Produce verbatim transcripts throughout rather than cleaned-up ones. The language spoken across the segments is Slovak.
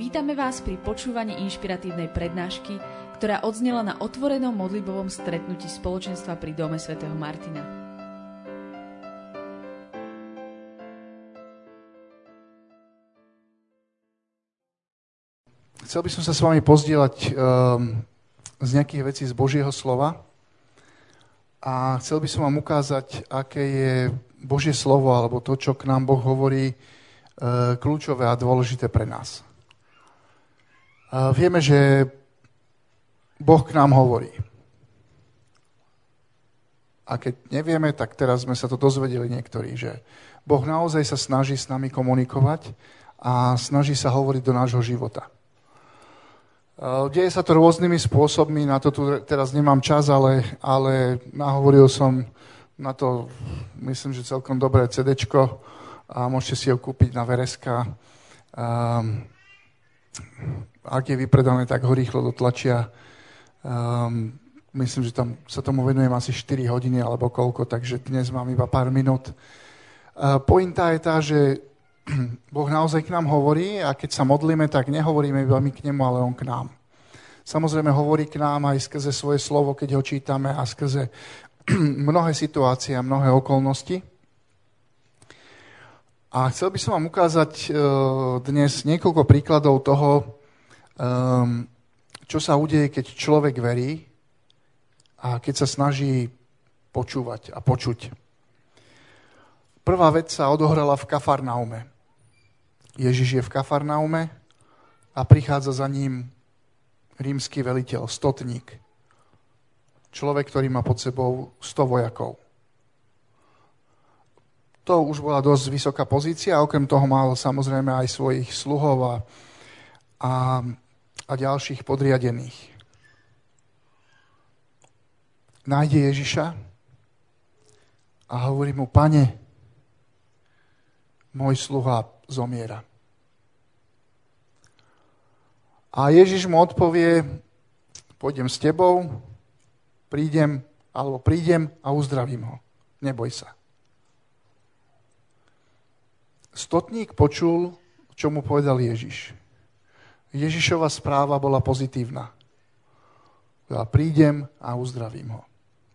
Vítame vás pri počúvaní inšpiratívnej prednášky, ktorá odznela na otvorenom modlitbovom stretnutí spoločenstva pri dome svätého Martina. Chcel by som sa s vami pozdieľať um, z nejakých vecí z Božieho slova a chcel by som vám ukázať, aké je Božie slovo alebo to, čo k nám Boh hovorí, uh, kľúčové a dôležité pre nás. Uh, vieme, že Boh k nám hovorí. A keď nevieme, tak teraz sme sa to dozvedeli niektorí, že Boh naozaj sa snaží s nami komunikovať a snaží sa hovoriť do nášho života. Deje sa to rôznymi spôsobmi, na to tu teraz nemám čas, ale, ale nahovoril som na to, myslím, že celkom dobré cédéčko a môžete si ho kúpiť na Vereska. Um, ak je vypredané, tak ho rýchlo dotlačia. Um, myslím, že tam sa tomu venujem asi štyri hodiny alebo koľko, takže dnes mám iba pár minút. Uh, pointa je tá, že Boh naozaj k nám hovorí a keď sa modlíme, tak nehovoríme iba my k nemu, ale on k nám. Samozrejme hovorí k nám aj skrze svoje slovo, keď ho čítame a skrze mnohé situácie a mnohé okolnosti. A chcel by som vám ukázať dnes niekoľko príkladov toho, čo sa udeje, keď človek verí a keď sa snaží počúvať a počuť. Prvá vec sa odohrala v Kafarnaume. Ježiš je v Kafarnaume a prichádza za ním rímsky veliteľ, stotník. Človek, ktorý má pod sebou sto vojakov. To už bola dosť vysoká pozícia, a okrem toho mal samozrejme aj svojich sluhov a, a, a ďalších podriadených. Nájde Ježiša a hovorí mu: Pane, môj sluha zomiera. A Ježiš mu odpovie: pôjdem s tebou, prídem, alebo prídem a uzdravím ho. Neboj sa. Stotník počul, čo mu povedal Ježiš. Ježišova správa bola pozitívna. Ja prídem a uzdravím ho.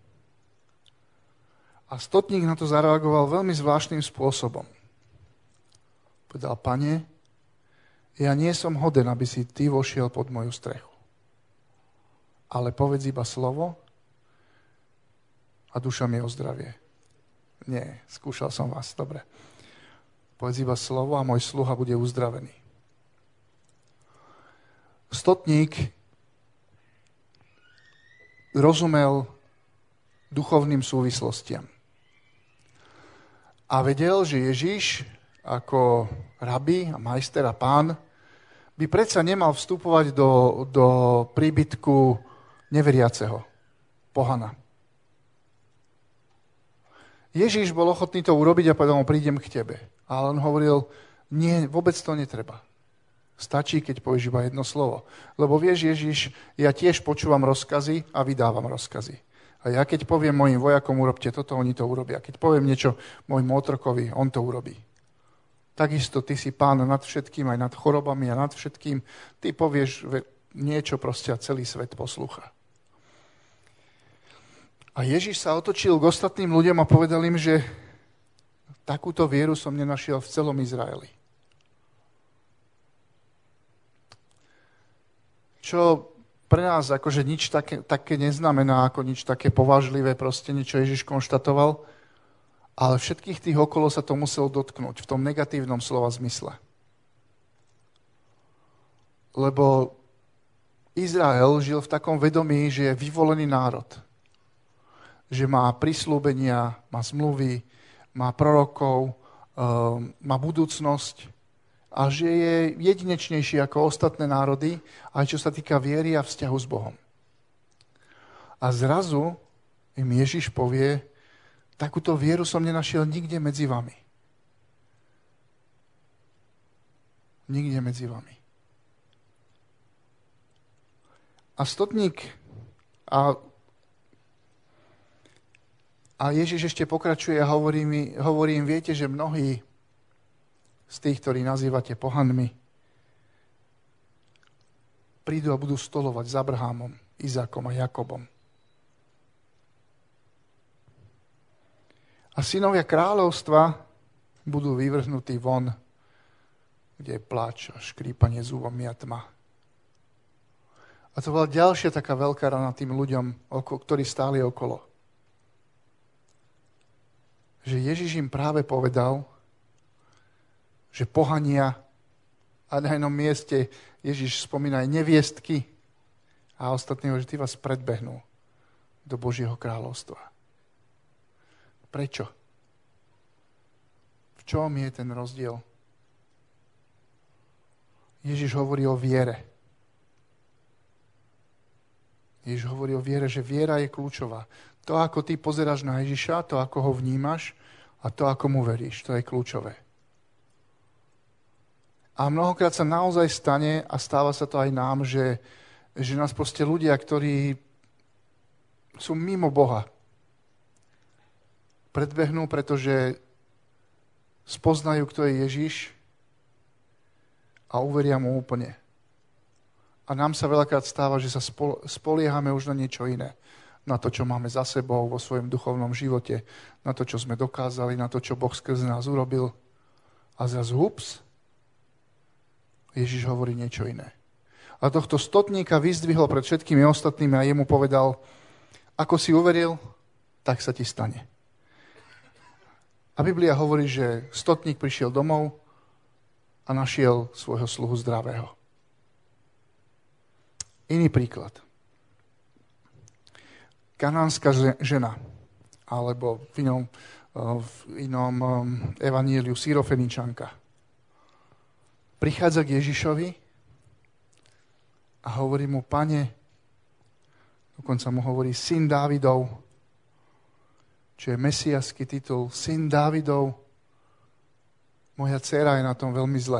A stotník na to zareagoval veľmi zvláštnym spôsobom. Povedal: Pane, ja nie som hoden, aby si ty vošiel pod moju strechu. Ale povedz iba slovo a duša mi ozdravie. Nie, skúšal som vás, dobre. Povedz iba slovo a môj sluha bude uzdravený. Stotník rozumel duchovným súvislostiam. A vedel, že Ježiš ako rabi a majster a pán by predsa nemal vstupovať do, do príbytku neveriaceho, pohana. Ježiš bol ochotný to urobiť a povedal mu: prídem k tebe. Ale on hovoril: nie, vôbec to netreba. Stačí, keď povieš iba jedno slovo. Lebo vieš, Ježiš, ja tiež počúvam rozkazy a vydávam rozkazy. A ja keď poviem mojim vojakom: urobte toto, oni to urobia. Keď poviem niečo môjmu otrokovi, on to urobí. Takisto ty si pán nad všetkým, aj nad chorobami a nad všetkým. Ty povieš niečo proste a celý svet poslúcha. A Ježiš sa otočil k ostatným ľuďom a povedal im, že takúto vieru som nenašiel v celom Izraeli. Čo pre nás akože nič také, také neznamená, ako nič také považlivé, proste niečo Ježiš konštatoval, ale všetkých tých okolo sa to muselo dotknúť v tom negatívnom slova zmysle. Lebo Izrael žil v takom vedomí, že je vyvolený národ. Že má prislúbenia, má zmluvy, má prorokov, má budúcnosť a že je jedinečnejší ako ostatné národy, aj čo sa týka viery a vzťahu s Bohom. A zrazu im Ježiš povie: takúto vieru som nenašiel nikde medzi vami. Nikde medzi vami. A stotník a, a Ježiš ešte pokračuje a hovorí, mi, hovorí im: viete, že mnohí z tých, ktorí nazývate pohanmi, prídu a budú stolovať s Abrahamom, Izákom a Jakobom. A synovia kráľovstva budú vyvrhnutí von, kde je pláč a škrípanie zubami a tma. A to bola ďalšia taká veľká rana tým ľuďom, ktorí stáli okolo. Že Ježiš im práve povedal, že pohania, a na jednom mieste Ježiš spomína aj neviestky a ostatného, že tí vás predbehnú do Božieho kráľovstva. Prečo? V čom je ten rozdiel? Ježiš hovorí o viere. Ježiš hovorí o viere, že viera je kľúčová. To, ako ty pozeráš na Ježiša, to, ako ho vnímaš a to, ako mu veríš, to je kľúčové. A mnohokrát sa naozaj stane, a stáva sa to aj nám, že, že nás proste ľudia, ktorí sú mimo Boha, predbehnú, pretože spoznajú, kto je Ježiš a uveria mu úplne. A nám sa veľakrát stáva, že sa spoliehame už na niečo iné. Na to, čo máme za sebou vo svojom duchovnom živote, na to, čo sme dokázali, na to, čo Boh skrze nás urobil. A zrazu ups, Ježiš hovorí niečo iné. A tohto stotníka vyzdvihol pred všetkými ostatnými a jemu povedal, ako si uveril, tak sa ti stane. A Biblia hovorí, že stotník prišiel domov a našiel svojho sluhu zdravého. Iný príklad. Kanánska žena, alebo v inom, v inom evaníliu Sýrofeničanka, prichádza k Ježišovi a hovorí mu, Pane, dokonca mu hovorí syn Dávidov, čo je mesiášsky titul, syn Dávidov, moja dcéra je na tom veľmi zle.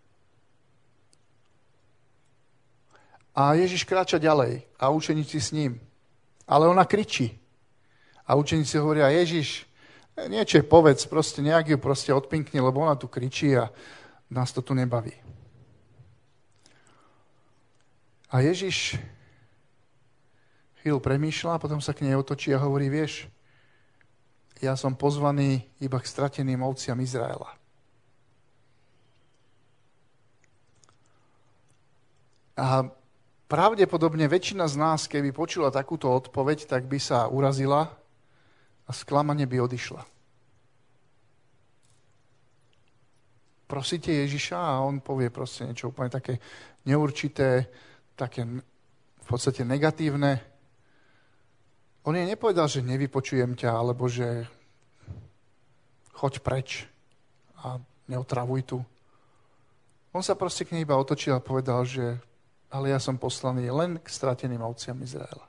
A Ježiš kráča ďalej a učeníci s ním. Ale ona kričí. A učeníci hovoria, Ježiš, niečo povedz, proste nejak ju proste odpinkni, lebo ona tu kričí a nás to tu nebaví. A Ježiš chvíľu premýšľa, potom sa k nej otočí a hovorí, vieš, ja som pozvaný iba k strateným ovciam Izraela. A pravdepodobne väčšina z nás, keby počula takúto odpoveď, tak by sa urazila a sklamane by odišla. Prosíte Ježiša a on povie proste niečo úplne také neurčité, také v podstate negatívne. On jej nepovedal, že nevypočujem ťa, alebo že choď preč a neotravuj tu. On sa proste k nej iba otočil a povedal, že ale ja som poslaný len k strateným ovciam Izraela.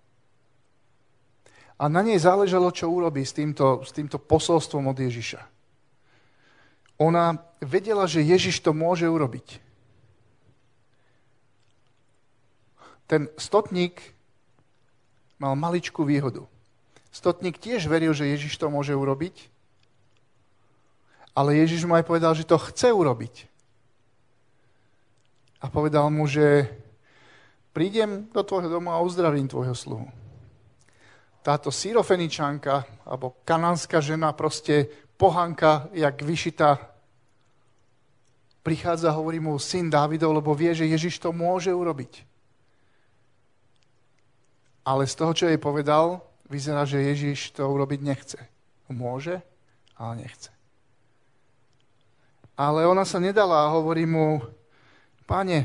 A na nej záležalo, čo urobí s týmto, s týmto posolstvom od Ježiša. Ona vedela, že Ježiš to môže urobiť. Ten stotník mal maličkú výhodu. Stotník tiež veril, že Ježiš to môže urobiť, ale Ježiš mu aj povedal, že to chce urobiť. A povedal mu, že prídem do tvojho domu a uzdravím tvojho sluhu. Táto Sýrofeničanka, alebo kanánska žena, proste pohanka, jak vyšitá, prichádza a hovorí mu syn Dávidov, lebo vie, že Ježiš to môže urobiť. Ale z toho, čo jej povedal, vyzerá, že Ježiš to urobiť nechce. Môže, ale nechce. Ale ona sa nedala a hovorí mu, Pane,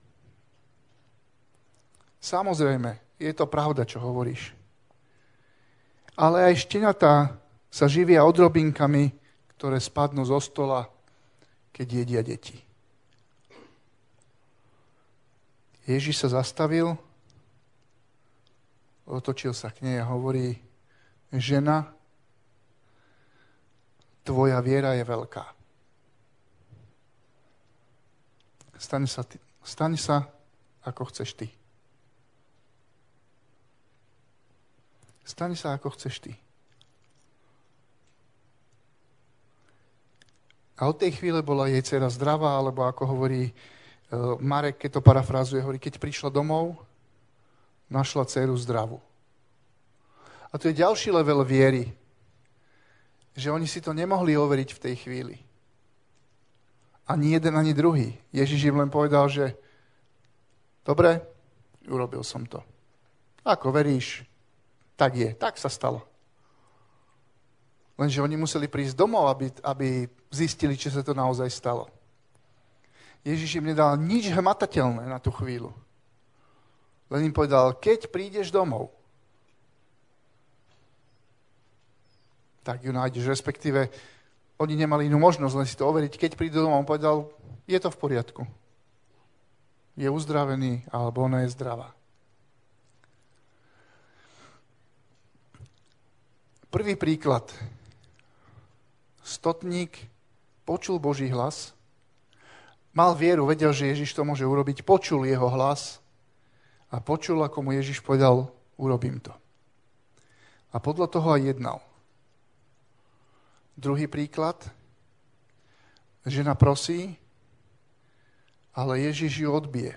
samozrejme, je to pravda, čo hovoríš. Ale aj šteniatá sa živia odrobinkami, ktoré spadnú zo stola, keď jedia deti. Ježiš sa zastavil, otočil sa k nej a hovorí, žena, tvoja viera je veľká. Staň sa, staň sa ako chceš ty. Staň sa, ako chceš ty. A od tej chvíle bola jej dcera zdravá, alebo ako hovorí Marek, keď to parafrázuje, hovorí, keď prišla domov, našla dceru zdravú. A to je ďalší level viery, že oni si to nemohli overiť v tej chvíli. Ani jeden, ani druhý. Ježiš im len povedal, že dobre, urobil som to. Ako veríš, tak je, tak sa stalo. Lenže oni museli prísť domov, aby, aby zistili, či sa to naozaj stalo. Ježiš im nedal nič hmatateľné na tú chvíľu. Len im povedal, keď prídeš domov, tak ju nájdeš. Respektíve, oni nemali inú možnosť len si to overiť. Keď prídu domov, on povedal, je to v poriadku. Je uzdravený, alebo ona je zdravá. Prvý príklad. Stotník počul Boží hlas, mal vieru, vedel, že Ježiš to môže urobiť, počul jeho hlas a počul, ako mu Ježiš povedal, urobím to. A podľa toho aj jednal. Druhý príklad. Žena prosí, ale Ježiš ju odbije.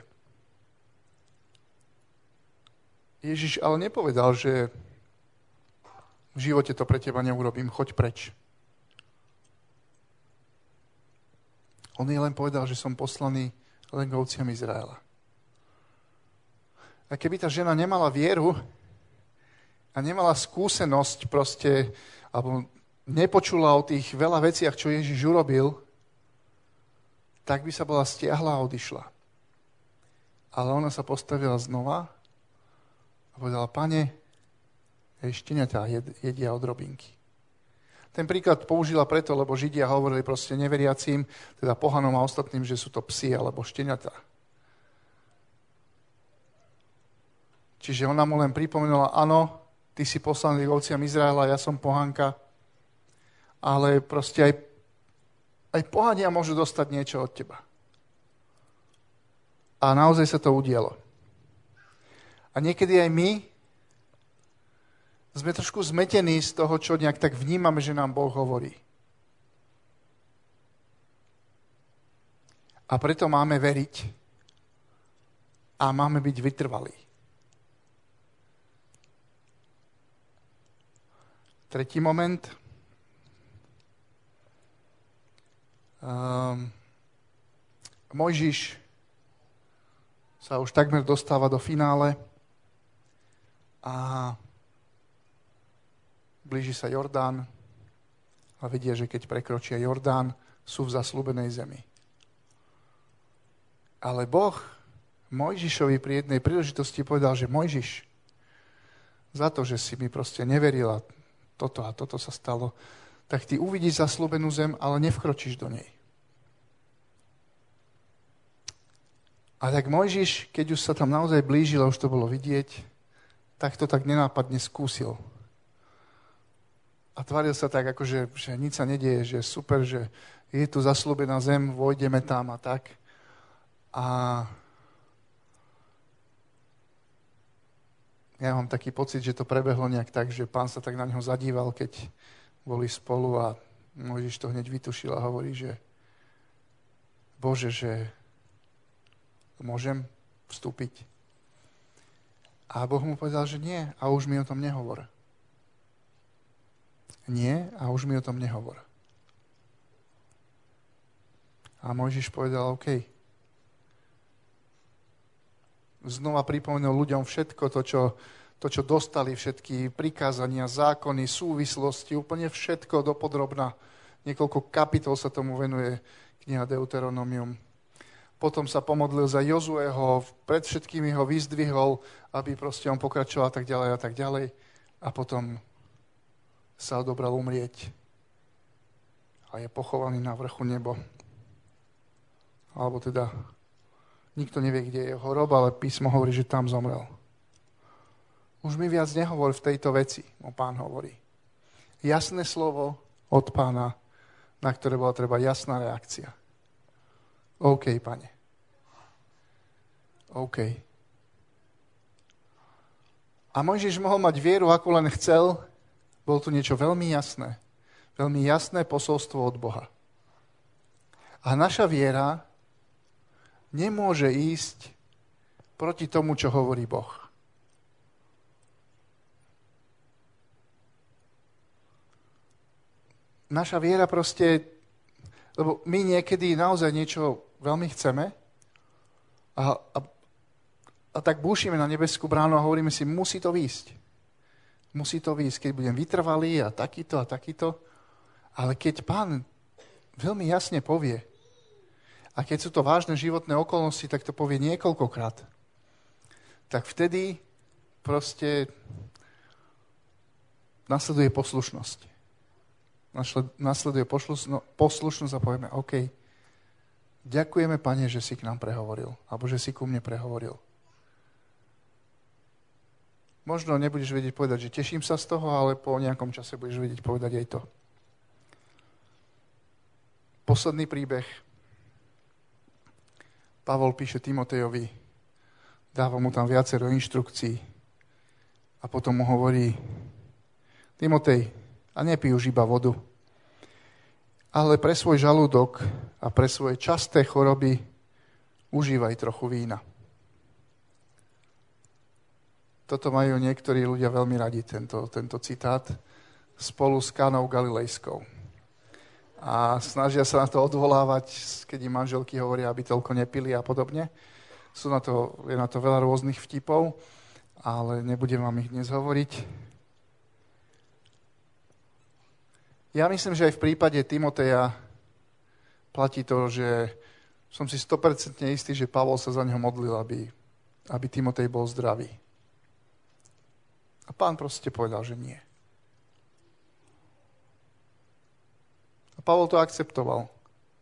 Ježiš ale nepovedal, že v živote to pre teba neurobím, choď preč. On jej len povedal, že som poslaný len k ovciam Izraela. A keby tá žena nemala vieru a nemala skúsenosť proste, alebo nepočula o tých veľa veciach, čo Ježiš urobil, tak by sa bola stiahla a odišla. Ale ona sa postavila znova a povedala, Pane, šteniatá jedia od robinky. Ten príklad použila preto, lebo Židia hovorili proste neveriacím, teda pohanom a ostatným, že sú to psi alebo šteniatá. Čiže ona mu len pripomenula, áno, ty si poslaný k ovciam Izraela, ja som pohanka, ale proste aj, aj pohania môžu dostať niečo od teba. A naozaj sa to udialo. A niekedy aj my sme trošku zmetení z toho, čo nejak tak vnímame, že nám Boh hovorí. A preto máme veriť a máme byť vytrvalí. Tretí moment. Um, Mojžiš sa už takmer dostáva do finále a blíži sa Jordán a vedia, že keď prekročia Jordán, sú v zasľúbenej zemi. Ale Boh Mojžišovi pri jednej príležitosti povedal, že Mojžiš, za to, že si mi proste neverila, toto a toto sa stalo, tak ty uvidíš zasľúbenú zem, ale nevkročíš do nej. A tak Mojžiš, keď už sa tam naozaj blížil a už to bolo vidieť, tak to tak nenápadne skúsil. A tváril sa tak, ako že, že nič sa nedieje, že super, že je tu zasľúbená zem, vojdeme tam a tak. A ja mám taký pocit, že to prebehlo nejak tak, že Pán sa tak na ňo zadíval, keď boli spolu a Mojžiš to hneď vytušil a hovorí, že Bože, že môžem vstúpiť. A Boh mu povedal, že nie a už mi o tom nehovor. Nie a už mi o tom nehovor. A Mojžiš povedal, OK. Znova pripomenul ľuďom všetko to, čo To, čo dostali, všetky prikázania, zákony, súvislosti, úplne všetko dopodrobna. Niekoľko kapitol sa tomu venuje kniha Deuteronomium. Potom sa pomodlil za Jozueho, pred všetkými ho vyzdvihol, aby proste on pokračoval a tak ďalej a tak ďalej. A potom sa odobral umrieť. A je pochovaný na vrchu nebo. Alebo teda, nikto nevie, kde je jeho hrob, ale písmo hovorí, že tam zomrel. Už mi viac nehovor v tejto veci, o Pán hovorí. Jasné slovo od Pána, na ktoré bola treba jasná reakcia. OK, Pane. OK. A Mojžiš mohol mať vieru, ako len chcel. Bolo tu niečo veľmi jasné. Veľmi jasné posolstvo od Boha. A naša viera nemôže ísť proti tomu, čo hovorí Boh. Naša viera proste, lebo my niekedy naozaj niečo veľmi chceme a, a, a tak búšime na nebeskú bránu a hovoríme si, musí to výjsť. Musí to výjsť, keď budem vytrvalý a takýto a takýto. Ale keď Pán veľmi jasne povie, a keď sú to vážne životné okolnosti, tak to povie niekoľkokrát, tak vtedy proste nasleduje poslušnosť. Nasleduje poslušnosť a povieme, OK, ďakujeme, Pane, že si k nám prehovoril, alebo že si ku mne prehovoril. Možno nebudeš vedieť povedať, že teším sa z toho, ale po nejakom čase budeš vedieť povedať aj to. Posledný príbeh. Pavol píše Timotejovi, dáva mu tam viacero inštrukcií a potom mu hovorí, Timotej, a nepij už iba vodu, ale pre svoj žalúdok a pre svoje časté choroby užívaj trochu vína. Toto majú niektorí ľudia veľmi radi, tento, tento citát, spolu s Kánou Galilejskou. A snažia sa na to odvolávať, keď im manželky hovoria, aby toľko nepili a podobne. Sú na to, je na to veľa rôznych vtipov, ale nebudem vám ich dnes hovoriť. Ja myslím, že aj v prípade Timoteja platí to, že som si sto percent istý, že Pavol sa za neho modlil, aby, aby Timotej bol zdravý. A Pán proste povedal, že nie. A Pavol to akceptoval.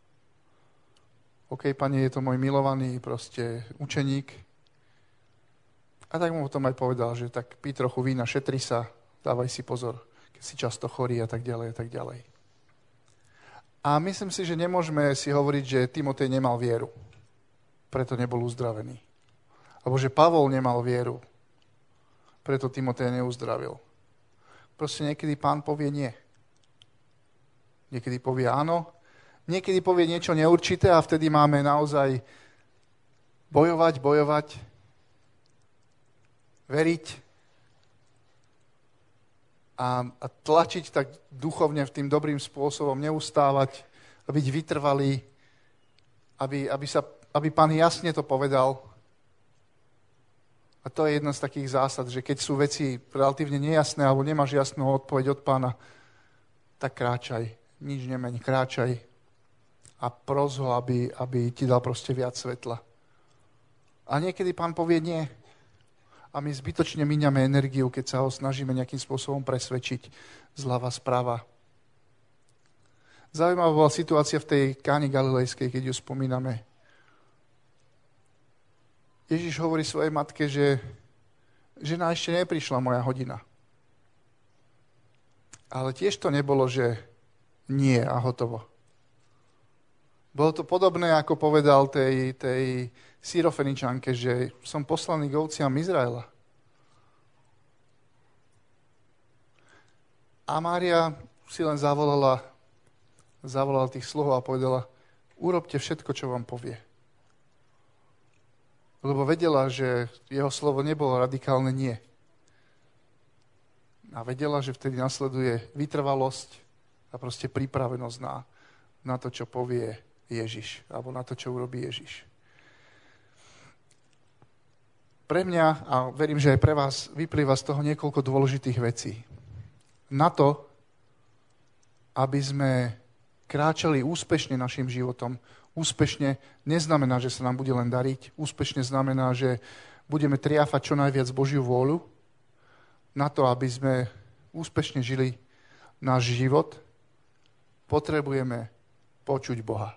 OK, Pane, je to môj milovaný proste učeník. A tak mu potom aj povedal, že tak pí trochu vína, šetri sa, dávaj si pozor, keď si často chorý a tak ďalej a tak ďalej. A myslím si, že nemôžeme si hovoriť, že Timotej nemal vieru, preto nebol uzdravený. Alebo že Pavol nemal vieru, preto Timotej neuzdravil. Proste niekedy Pán povie nie. Niekedy povie áno, niekedy povie niečo neurčité a vtedy máme naozaj bojovať, bojovať, veriť a, a tlačiť tak duchovne tým dobrým spôsobom, neustávať a byť vytrvalý, aby, aby, sa, aby Pán jasne to povedal. A to je jedna z takých zásad, že keď sú veci relatívne nejasné alebo nemáš jasnú odpoveď od Pána, tak kráčaj, nič nemeň, kráčaj. A pros ho, aby, aby ti dal proste viac svetla. A niekedy Pán povie nie. A my zbytočne míňame energiu, keď sa ho snažíme nejakým spôsobom presvedčiť zľava správa. Zaujímavá bola situácia v tej Káne Galilejskej, keď ju spomíname. Ježiš hovorí svojej matke, že žena, ešte neprišla moja hodina. Ale tiež to nebolo, že nie a hotovo. Bolo to podobné, ako povedal tej, tej Syrofeničanke, že som poslaný k ovciam Izraela. A Mária si len zavolala, zavolala tých sluhov a povedala, urobte všetko, čo vám povie. Lebo vedela, že jeho slovo nebolo radikálne nie. A vedela, že vtedy nasleduje vytrvalosť a proste pripravenosť na, na to, čo povie Ježiš, alebo na to, čo urobí Ježiš. Pre mňa, a verím, že aj pre vás, vyplýva z toho niekoľko dôležitých vecí. Na to, aby sme kráčali úspešne našim životom. Úspešne neznamená, že sa nám bude len dariť. Úspešne znamená, že budeme triafať čo najviac Božiu vôľu. Na to, aby sme úspešne žili náš život, potrebujeme počuť Boha.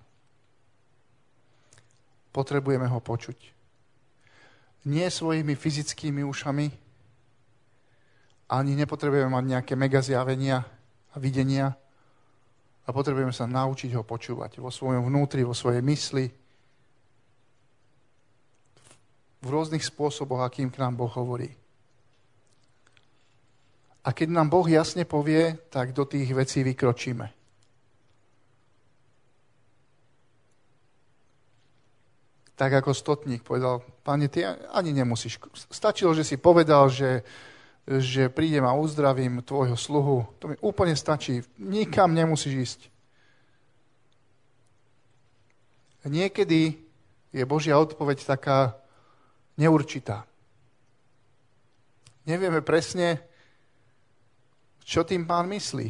Potrebujeme ho počuť. Nie svojimi fyzickými ušami, ani nepotrebujeme mať nejaké mega zjavenia a videnia, a potrebujeme sa naučiť ho počúvať vo svojom vnútri, vo svojej mysli, v rôznych spôsoboch, akým k nám Boh hovorí. A keď nám Boh jasne povie, tak do tých vecí vykročíme. Tak ako stotník povedal, Pane, ty ani nemusíš. Stačilo, že si povedal, že, že prídem a uzdravím tvojho sluhu. To mi úplne stačí. Nikam nemusíš ísť. Niekedy je Božia odpoveď taká neurčitá. Nevieme presne, čo tým Pán myslí.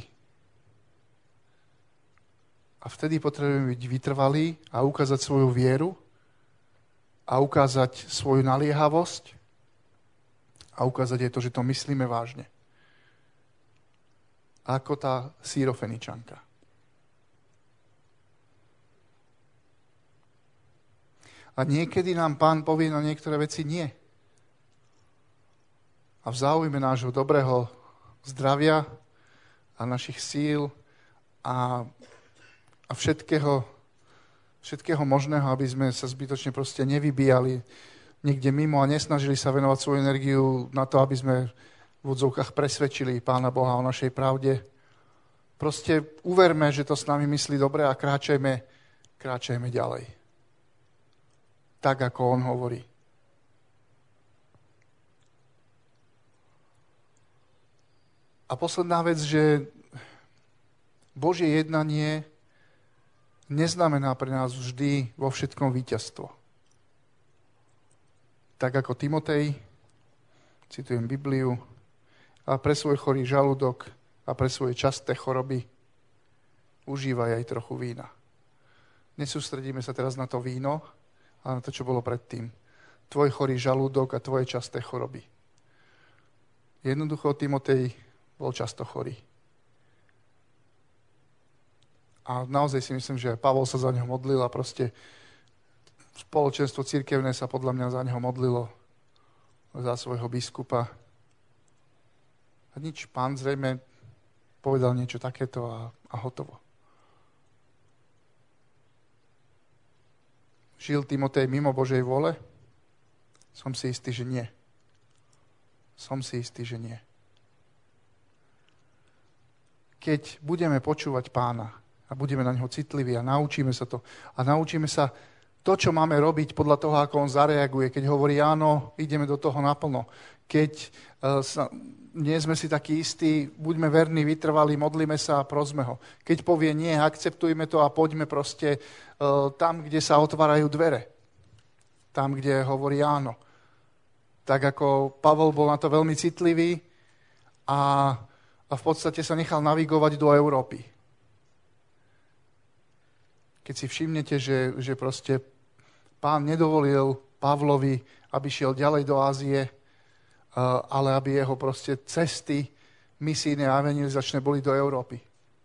A vtedy potrebujeme byť vytrvalí a ukázať svoju vieru a ukázať svoju naliehavosť a ukázať aj to, že to myslíme vážne. Ako tá Sýrofeničanka. A niekedy nám Pán povie na niektoré veci nie. A v záujme nášho dobrého zdravia a našich síl a, a všetkého, všetkého možného, aby sme sa zbytočne proste nevybíjali niekde mimo a nesnažili sa venovať svoju energiu na to, aby sme v odzovkách presvedčili Pána Boha o našej pravde. Proste uverme, že to s nami myslí dobre a kráčajme, kráčajme ďalej. Tak, ako on hovorí. A posledná vec, že Božie jednanie neznamená pre nás vždy vo všetkom víťazstvo. Tak ako Timotej, citujem Bibliu, a pre svoj chorý žalúdok a pre svoje časté choroby užívaj aj trochu vína. Nesústredíme sa teraz na to víno, ale na to, čo bolo predtým. Tvoj chorý žalúdok a tvoje časté choroby. Jednoducho Timotej bol často chorý. A naozaj si myslím, že Pavol sa za neho modlil a proste spoločenstvo cirkevné sa podľa mňa za neho modlilo, za svojho biskupa. A nič, Pán zrejme povedal niečo takéto a, a hotovo. Žil Timotej mimo Božej vôle? Som si istý, že nie. Som si istý, že nie. Keď budeme počúvať Pána a budeme na neho citliví a naučíme sa to a naučíme sa to, čo máme robiť podľa toho, ako on zareaguje, keď hovorí áno, ideme do toho naplno. Keď uh, sa, nie sme si takí istí, buďme verní, vytrvalí, modlíme sa a prosme ho. Keď povie nie, akceptujme to a poďme proste uh, tam, kde sa otvárajú dvere. Tam, kde hovorí áno. Tak ako Pavol bol na to veľmi citlivý a a v podstate sa nechal navigovať do Európy. Keď si všimnete, že, že proste Pán nedovolil Pavlovi, aby šiel ďalej do Ázie, ale aby jeho proste cesty misijné a evangelizačné boli do Európy.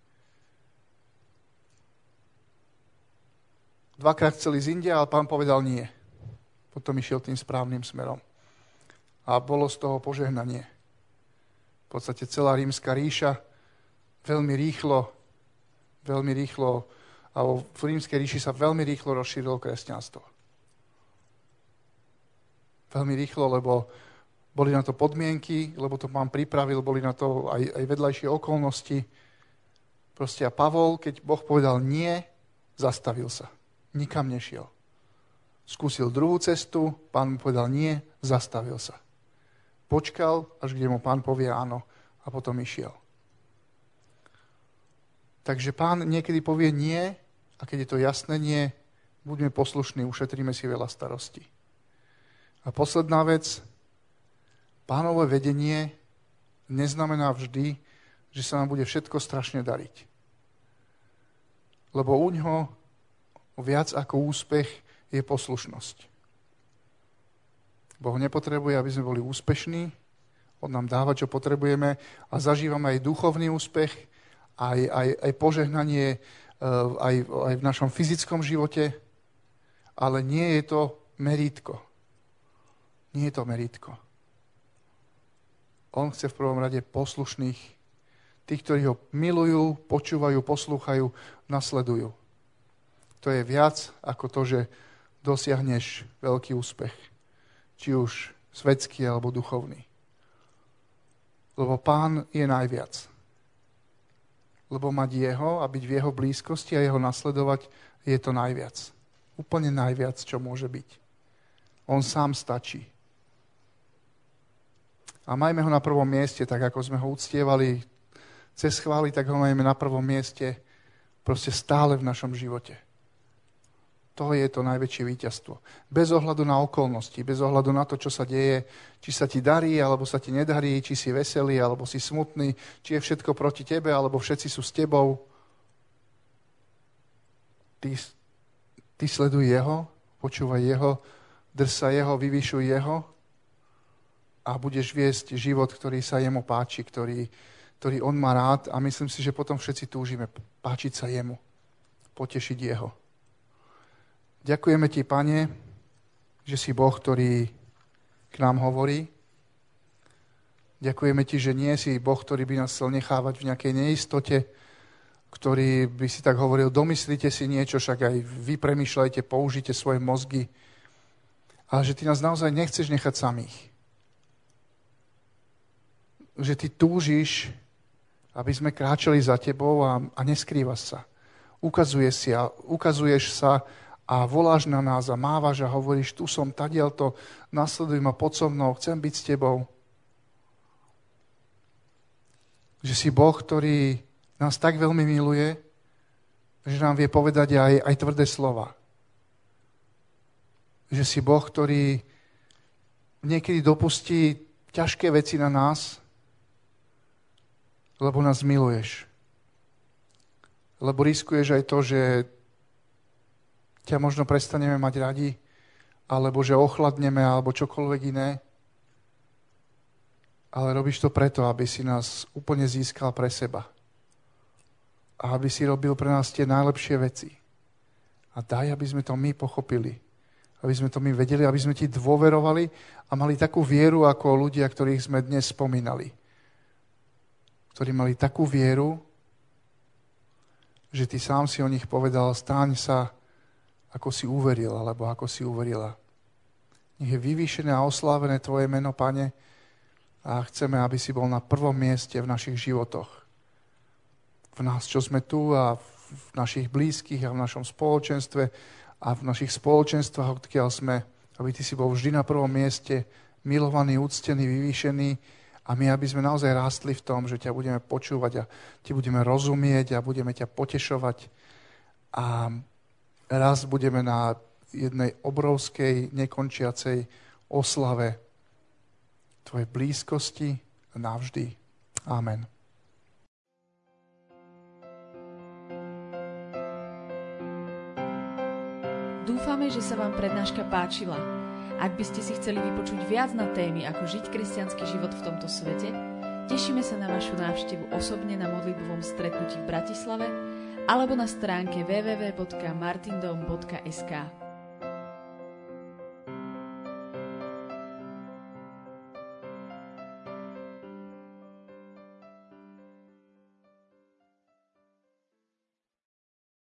Dvakrát chceli z India, ale Pán povedal nie. Potom išiel tým správnym smerom. A bolo z toho požehnanie. V podstate celá rímska ríša veľmi rýchlo, veľmi rýchlo, alebo v rímskej ríši sa veľmi rýchlo rozšírilo kresťanstvo. Veľmi rýchlo, lebo boli na to podmienky, lebo to Pán pripravil, boli na to aj, aj vedľajšie okolnosti. Proste a Pavol, keď Boh povedal nie, zastavil sa. Nikam nešiel. Skúsil druhú cestu, Pán mu povedal nie, zastavil sa. Počkal, až kde mu Pán povie áno a potom išiel. Takže Pán niekedy povie nie a keď je to jasné nie, buďme poslušní, ušetríme si veľa starostí. A posledná vec, Pánové vedenie neznamená vždy, že sa nám bude všetko strašne dariť. Lebo u ňoho viac ako úspech je poslušnosť. Boh nepotrebuje, aby sme boli úspešní. On nám dáva, čo potrebujeme a zažívame aj duchovný úspech, aj, aj, aj požehnanie aj, aj v našom fyzickom živote, ale nie je to merítko. Nie je to merítko. On chce v prvom rade poslušných, tých, ktorí ho milujú, počúvajú, poslúchajú, nasledujú. To je viac ako to, že dosiahneš veľký úspech. Či už svetský alebo duchovný. Lebo Pán je najviac. Lebo mať jeho a byť v jeho blízkosti a jeho nasledovať je to najviac. Úplne najviac, čo môže byť. On sám stačí. A majme ho na prvom mieste, tak ako sme ho uctievali cez chvály, tak ho majme na prvom mieste proste stále v našom živote. To je to najväčšie víťazstvo. Bez ohľadu na okolnosti, bez ohľadu na to, čo sa deje, či sa ti darí, alebo sa ti nedarí, či si veselý, alebo si smutný, či je všetko proti tebe, alebo všetci sú s tebou. Ty, ty sleduj jeho, počúvaj jeho, drž sa jeho, vyvyšuj jeho a budeš viesť život, ktorý sa jemu páči, ktorý, ktorý on má rád a myslím si, že potom všetci túžime páčiť sa jemu, potešiť jeho. Ďakujeme ti, Pane, že si Boh, ktorý k nám hovorí. Ďakujeme ti, že nie si Boh, ktorý by nás chcel nechávať v nejakej neistote, ktorý by si tak hovoril, domyslite si niečo, však aj vy premýšľajte, použite svoje mozgy, ale že ty nás naozaj nechceš nechať samých. Že ty túžiš, aby sme kráčali za tebou a, a neskrývaš sa. Ukazuješ, si a, ukazuješ sa a voláš na nás a mávaš a hovoríš, tu som, tadiaľto, nasleduj ma pod so mnou, chcem byť s tebou. Že si Boh, ktorý nás tak veľmi miluje, že nám vie povedať aj, aj tvrdé slova. Že si Boh, ktorý niekedy dopustí ťažké veci na nás, lebo nás miluješ. Lebo riskuješ aj to, že ťa možno prestaneme mať radi, alebo že ochladneme, alebo čokoľvek iné. Ale robíš to preto, aby si nás úplne získal pre seba. A aby si robil pre nás tie najlepšie veci. A daj, aby sme to my pochopili. Aby sme to my vedeli, aby sme ti dôverovali a mali takú vieru, ako ľudia, ktorých sme dnes spomínali. Ktorí mali takú vieru, že ty sám si o nich povedal, stáň sa, ako si uveril, alebo ako si uverila. Nech je vyvýšené a oslávené tvoje meno, Pane, a chceme, aby si bol na prvom mieste v našich životoch. V nás, čo sme tu a v našich blízkych a v našom spoločenstve a v našich spoločenstvách, odkiaľ sme, aby ty si bol vždy na prvom mieste, milovaný, úctený, vyvýšený a my, aby sme naozaj rástli v tom, že ťa budeme počúvať a ti budeme rozumieť a budeme ťa potešovať a raz budeme na jednej obrovskej, nekončiacej oslave tvojej blízkosti navždy. Amen. Dúfame, že sa vám prednáška páčila. Ak by ste si chceli vypočuť viac na témy, ako žiť kresťanský život v tomto svete, tešíme sa na vašu návštevu osobne na modlitbovom stretnutí v Bratislave alebo na stránke w w w bodka martindom bodka es ka.